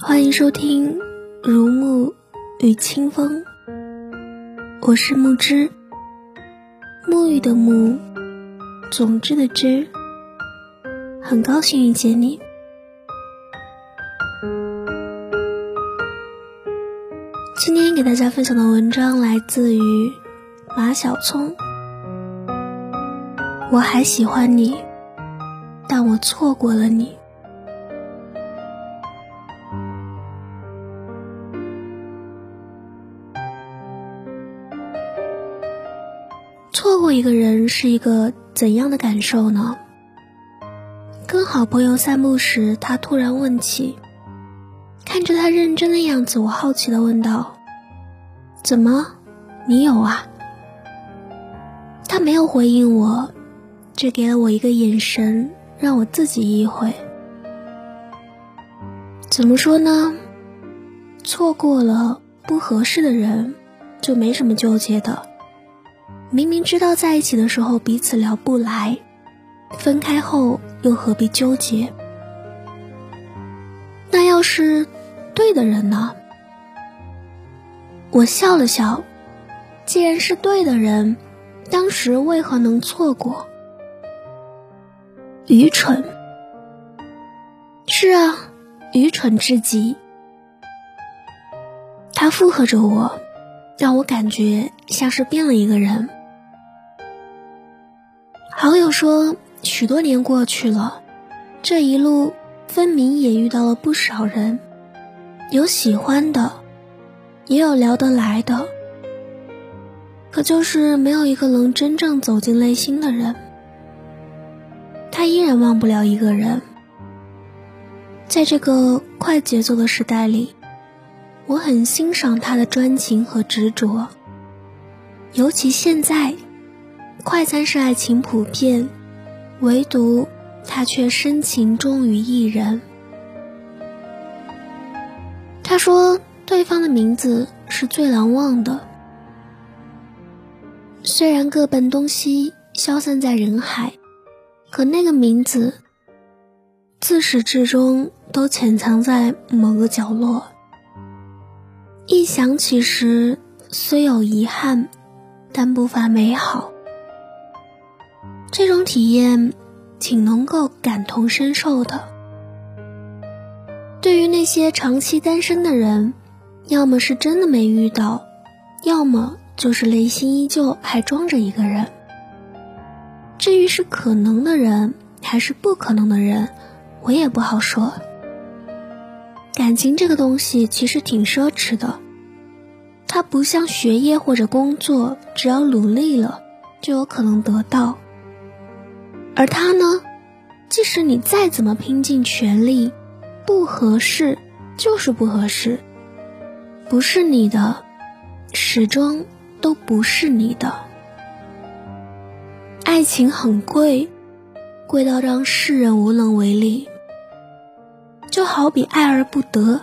欢迎收听如沐与清风，我是沐之，沐浴的沐，总之的之，很高兴遇见你。今天给大家分享的文章来自于马小聪。我还喜欢你，但我错过了你。错过一个人是一个怎样的感受呢？跟好朋友散步时，他突然问起，看着他认真的样子，我好奇地问道：怎么，你有啊？他没有回应我，只给了我一个眼神，让我自己意会。怎么说呢？错过了不合适的人，就没什么纠结的。明明知道在一起的时候彼此聊不来，分开后又何必纠结？那要是对的人呢？我笑了笑，既然是对的人，当时为何能错过？愚蠢。是啊，愚蠢至极。他附和着我，让我感觉像是变了一个人。好友说，许多年过去了，这一路分明也遇到了不少人，有喜欢的，也有聊得来的，可就是没有一个能真正走进内心的人。他依然忘不了一个人。在这个快节奏的时代里，我很欣赏他的专情和执着，尤其现在快餐式爱情普遍，唯独他却深情忠于一人。他说对方的名字是最难忘的，虽然各奔东西，消散在人海，可那个名字自始至终都潜藏在某个角落，一想起时虽有遗憾，但不乏美好。这种体验挺能够感同身受的。对于那些长期单身的人，要么是真的没遇到，要么就是内心依旧还装着一个人。至于是可能的人还是不可能的人，我也不好说。感情这个东西其实挺奢侈的，它不像学业或者工作，只要努力了就有可能得到。而他呢，即使你再怎么拼尽全力，不合适就是不合适，不是你的，始终都不是你的。爱情很贵，贵到让世人无能为力，就好比爱而不得。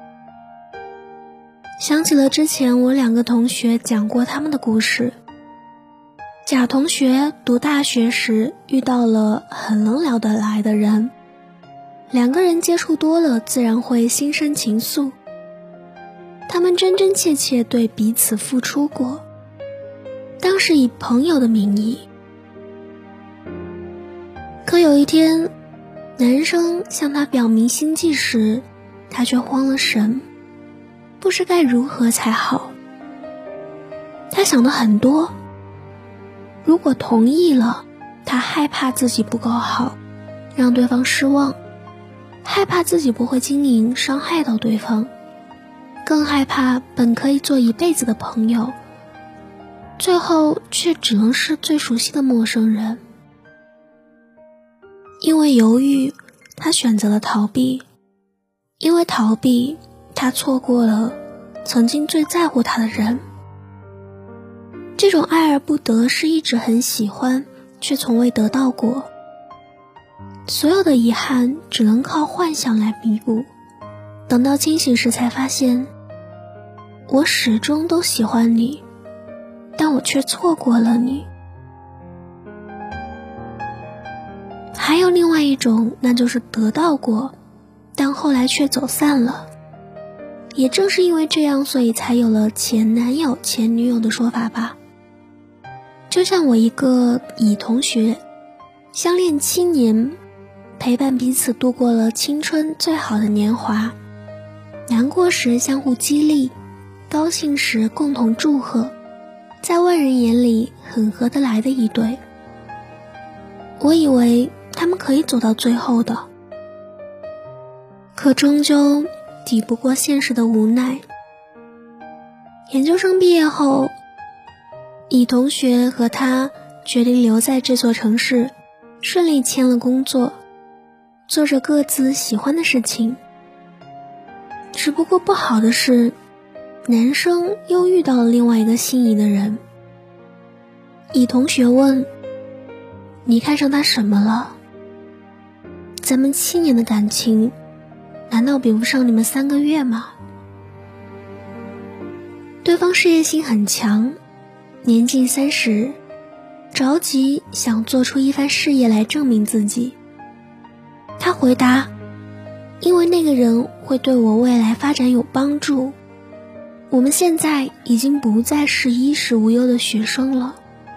想起了之前我两个同学讲过他们的故事。甲同学读大学时遇到了很能聊得来的人，两个人接触多了，自然会心生情愫。他们真真切切对彼此付出过，当时以朋友的名义。可有一天，男生向他表明心迹时，他却慌了神，不知该如何才好。他想了很多，如果同意了，他害怕自己不够好，让对方失望，害怕自己不会经营，伤害到对方，更害怕本可以做一辈子的朋友，最后却只能是最熟悉的陌生人。因为犹豫，他选择了逃避；因为逃避，他错过了曾经最在乎他的人。这种爱而不得是一直很喜欢，却从未得到过。所有的遗憾只能靠幻想来弥补，等到清醒时才发现，我始终都喜欢你，但我却错过了你。还有另外一种，那就是得到过，但后来却走散了。 也正是因为这样，所以才有了前男友前女友的说法吧。就像我一个乙同学，相恋7年，陪伴彼此度过了青春最好的年华，难过时相互激励，高兴时共同祝贺，在外人眼里很合得来的一对。我以为他们可以走到最后的，可终究抵不过现实的无奈。研究生毕业后，乙同学和他决定留在这座城市，顺利签了工作，做着各自喜欢的事情。只不过不好的是，男生又遇到了另外一个心仪的人。乙同学问：你看上他什么了？咱们7年的感情，难道比不上你们3个月吗？对方事业心很强，年近30，着急想做出一番事业来证明自己。他回答：因为那个人会对我未来发展有帮助，我们现在已经不再是衣食无忧的学生了。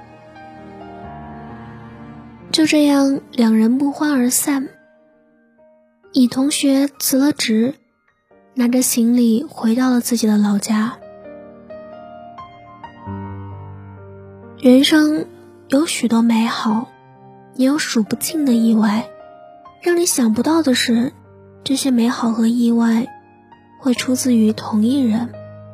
就这样，两人不欢而散。乙同学辞了职，拿着行李回到了自己的老家。人生有许多美好，也有数不尽的意外。让你想不到的是，这些美好和意外会出自于同一人。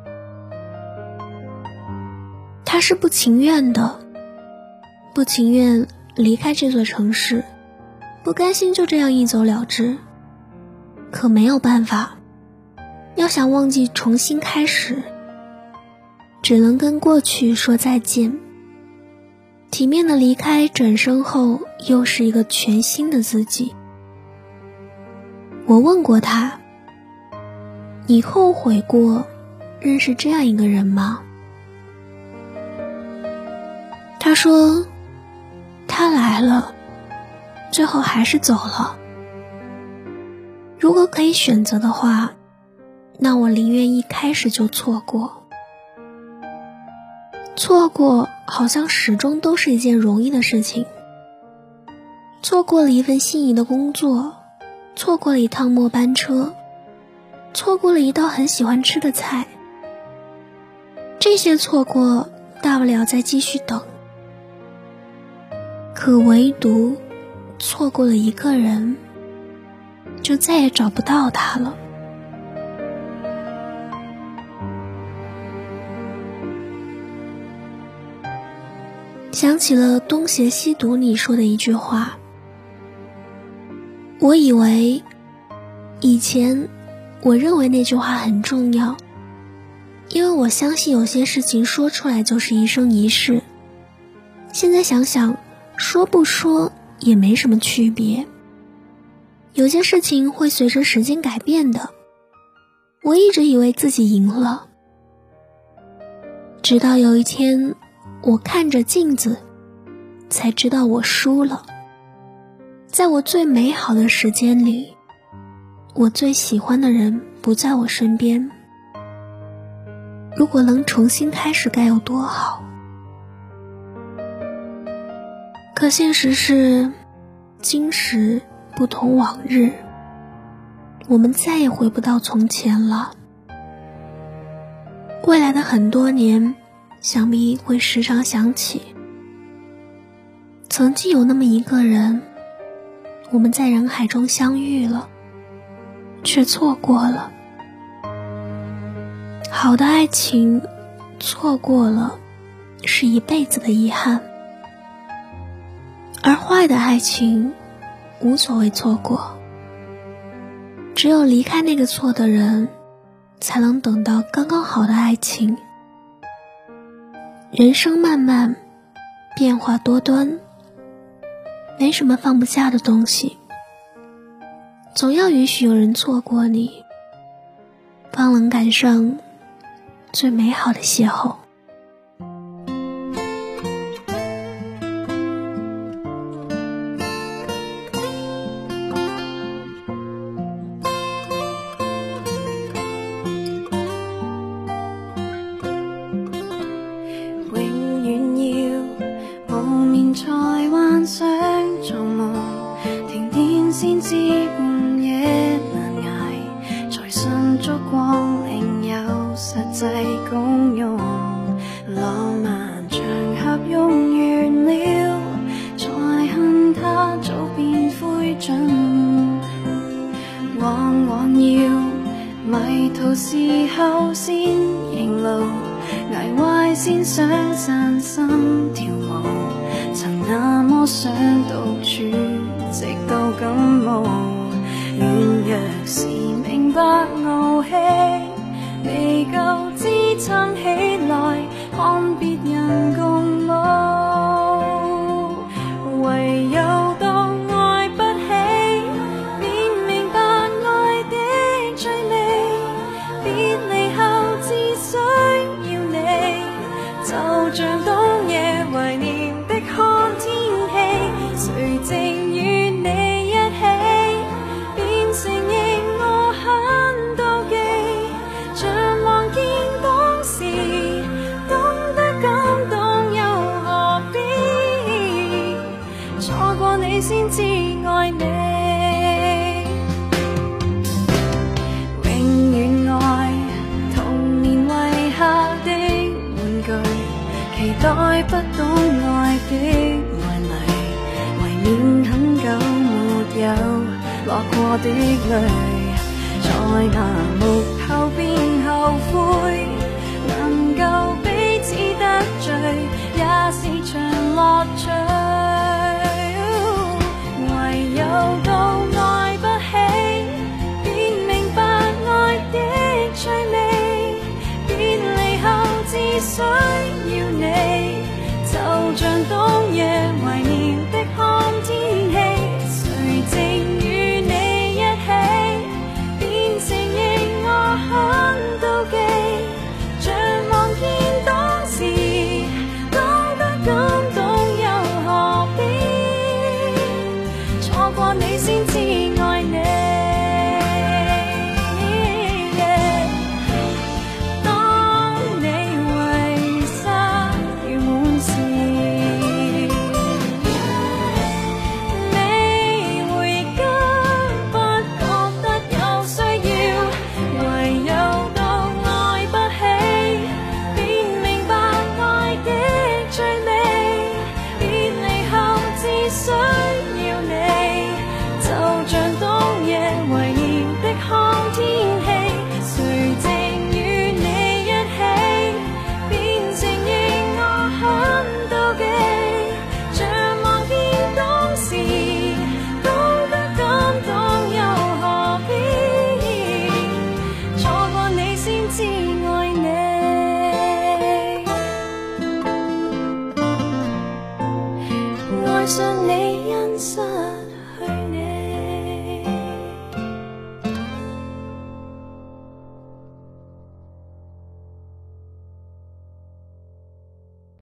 他是不情愿的，不情愿离开这座城市，不甘心就这样一走了之。可没有办法，要想忘记重新开始，只能跟过去说再见。体面的离开，转身后又是一个全新的自己。我问过他，你后悔过认识这样一个人吗？他说，他来了，最后还是走了。如果可以选择的话，那我宁愿一开始就错过。错过好像始终都是一件容易的事情。错过了一份心仪的工作，错过了一趟末班车，错过了一道很喜欢吃的菜。这些错过，大不了再继续等。可唯独错过了一个人，就再也找不到他了。想起了东邪西毒里说的一句话，我以为以前我认为那句话很重要，因为我相信有些事情说出来就是一生一世。现在想想，说不说也没什么区别。有些事情会随着时间改变的。我一直以为自己赢了，直到有一天我看着镜子，才知道我输了。在我最美好的时间里，我最喜欢的人不在我身边。如果能重新开始该有多好。可现实是，今时不同往日，我们再也回不到从前了。未来的很多年，想必会时常想起，曾经有那么一个人，我们在人海中相遇了，却错过了。好的爱情，错过了，是一辈子的遗憾。而坏的爱情，无所谓错过。只有离开那个错的人，才能等到刚刚好的爱情。人生漫漫，变化多端，没什么放不下的东西。总要允许有人错过你，方能赶上最美好的邂逅。 足光另有實際功用，浪漫場合用完了，才恨它早變灰燼。往往要迷途時候先認路，捱壞先想散心跳舞，曾那麼想獨處，直到感冒。軟弱時明白傲氣未夠支撐起來，看別人共舞。唯有當愛不起，便明白愛的趣味。別離後只需要你，就像當夜懷念的看天氣，誰靜與你一起，便承認我很妒忌。像望見當時懂得感動，又何必錯過你先知愛你。永遠愛童年遺下的玩具，期待不懂愛的愛侶，懷緬很久沒有落過的淚，在麻木後便後悔，能夠彼此得罪，也是場樂趣。唯有到愛不起，便明白愛的趣味。別離後只需要你，就像當夜懷念的看天氣，誰靜與你一起，便承認我很妒忌。像望見當時懂得感動，又何必錯過你先知愛你。當你遺失如滿時，你回家不覺得有需要，唯有到愛不起，便明白愛的趣味。別離後只需要你，就像當夜懷念的看天氣，誰靜與你一起，便承認我很妒忌。像望見當時懂得感動，又何必錯過你先知愛你。